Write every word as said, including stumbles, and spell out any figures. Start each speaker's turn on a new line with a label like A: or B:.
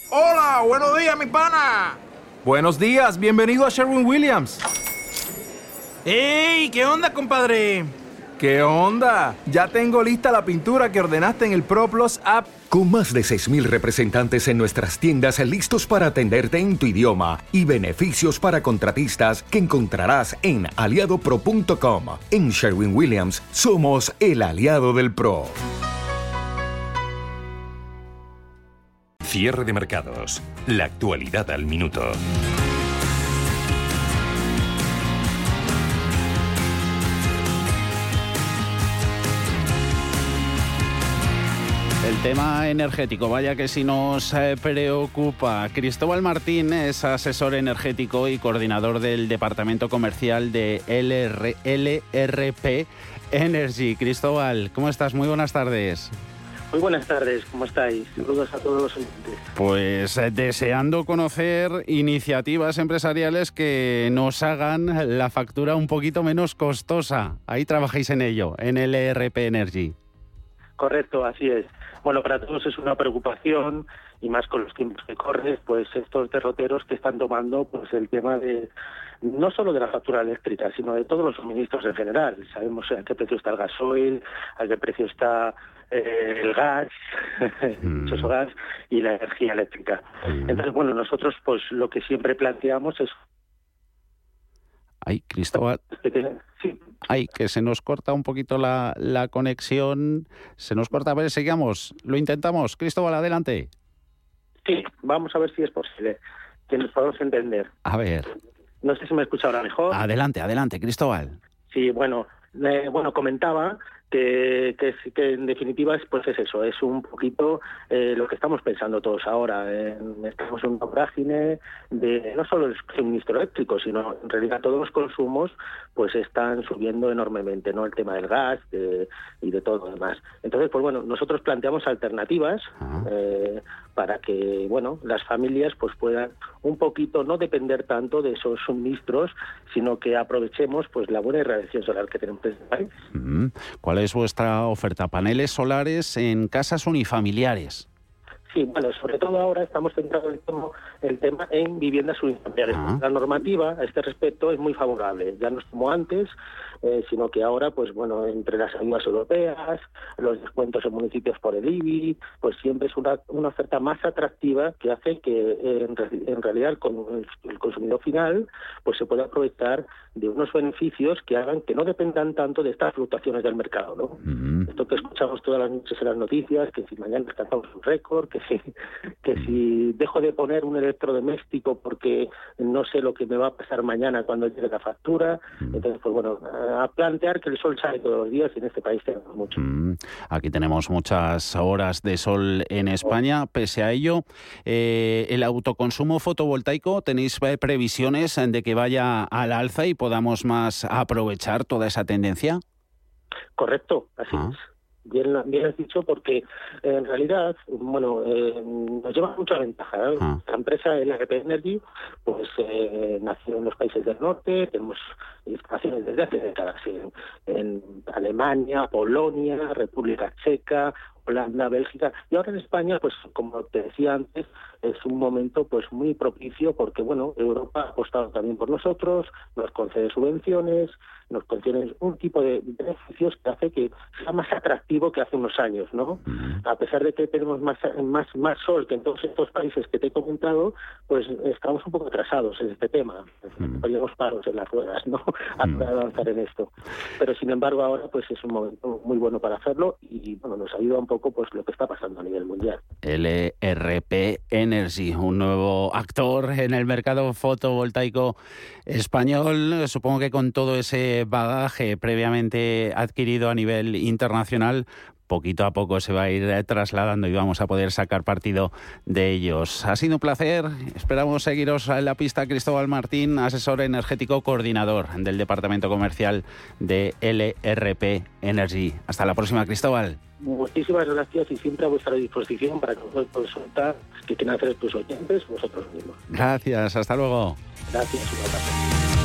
A: Hola, buenos días, mi pana.
B: Buenos días, bienvenido a Sherwin-Williams.
A: ¡Ey! ¿Qué onda, compadre?
B: ¿Qué onda? Ya tengo lista la pintura que ordenaste en el ProPlus app.
C: Con más de seis mil representantes en nuestras tiendas listos para atenderte en tu idioma y beneficios para contratistas que encontrarás en aliado pro punto com. En Sherwin-Williams somos el aliado del pro.
D: Cierre de mercados. La actualidad al minuto.
E: El tema energético, vaya que si nos eh, preocupa. Cristóbal Martín es asesor energético y coordinador del departamento comercial de L R P Energy. Cristóbal, ¿cómo estás? Muy buenas tardes.
F: Muy buenas tardes, ¿cómo estáis? Saludos a todos los oyentes.
E: Pues eh, deseando conocer iniciativas empresariales que nos hagan la factura un poquito menos costosa. Ahí trabajáis en ello, en L R P Energy.
F: Correcto, así es. Bueno, para todos es una preocupación, y más con los tiempos que corren, pues estos derroteros que están tomando pues el tema de no solo de la factura eléctrica, sino de todos los suministros en general. Sabemos a qué precio está el gasoil, a qué precio está eh, el gas, mm. el gas y la energía eléctrica. Mm. Entonces, bueno, nosotros pues lo que siempre planteamos es...
E: Ay, Cristóbal...
F: Sí.
E: Ay, que se nos corta un poquito la, la conexión. Se nos corta. A ver, sigamos. Lo intentamos. Cristóbal, adelante.
F: Sí, vamos a ver si es posible que nos podamos entender.
E: A ver.
F: No sé si me escucha ahora mejor.
E: Adelante, adelante, Cristóbal.
F: Sí, bueno, eh, bueno, comentaba que, que, que en definitiva es, pues es eso, es un poquito eh, lo que estamos pensando todos ahora. Eh, estamos en una vorágine de no solo el suministro eléctrico, sino en realidad todos los consumos pues están subiendo enormemente, ¿no? El tema del gas de, y de todo lo demás. Entonces, pues bueno, nosotros planteamos alternativas eh, para que, bueno, las familias pues puedan un poquito no depender tanto de esos suministros, sino que aprovechemos pues la buena irradiación solar que tenemos en este país.
E: Mm. ¿Cuál es vuestra oferta? ¿Paneles solares en casas unifamiliares?
F: Sí, bueno, sobre todo ahora estamos centrados el tema, el tema en viviendas unifamiliares. Ah. La normativa a este respecto es muy favorable, ya no es como antes, eh, sino que ahora, pues bueno, entre las ayudas europeas, los descuentos en municipios por el I B I, pues siempre es una, una oferta más atractiva que hace que eh, en, en realidad el, el, el consumidor final pues se pueda aprovechar de unos beneficios que hagan que no dependan tanto de estas fluctuaciones del mercado, ¿no? Mm. Esto que escuchamos todas las noches en las noticias, que si mañana alcanzamos un récord, que si, que si dejo de poner un electrodoméstico porque no sé lo que me va a pasar mañana cuando llegue la factura. Entonces, pues bueno, a plantear que el sol sale todos los días y en este país tenemos mucho.
E: Mm, aquí tenemos muchas horas de sol en España. Pese a ello, eh, el autoconsumo fotovoltaico, ¿tenéis previsiones de que vaya al alza y podamos más aprovechar toda esa tendencia?
F: Correcto, así ah. es. Bien, bien has dicho, porque eh, en realidad, bueno, eh, nos lleva mucha ventaja. ¿eh? Ah. La empresa L R P Energy, pues eh, nació en los países del norte, tenemos instalaciones desde hace décadas en, en Alemania, Polonia, República Checa, Holanda, Bélgica, y ahora en España, pues como te decía antes, es un momento pues muy propicio porque, bueno, Europa ha apostado también por nosotros, nos concede subvenciones, nos concede un tipo de beneficios que hace que sea más atractivo que hace unos años, ¿no? A pesar de que tenemos más más más sol que en todos estos países que te he comentado, pues estamos un poco atrasados en este tema. Ponemos paros en las ruedas, ¿no? A avanzar en esto. Pero sin embargo ahora pues es un momento muy bueno para hacerlo y, bueno, nos ayuda un poco pues lo que está pasando a nivel mundial.
E: L R P Energy, un nuevo actor en el mercado fotovoltaico español, supongo que con todo ese bagaje previamente adquirido a nivel internacional, poquito a poco se va a ir trasladando y vamos a poder sacar partido de ellos. Ha sido un placer, esperamos seguiros en la pista. Cristóbal Martín, asesor energético, coordinador del departamento comercial de L R P Energy. Hasta la próxima, Cristóbal.
F: Muchísimas gracias y siempre a vuestra disposición para que os consultar que quieren hacer tus oyentes vosotros mismos.
E: Gracias, hasta luego.
F: Gracias, un abrazo.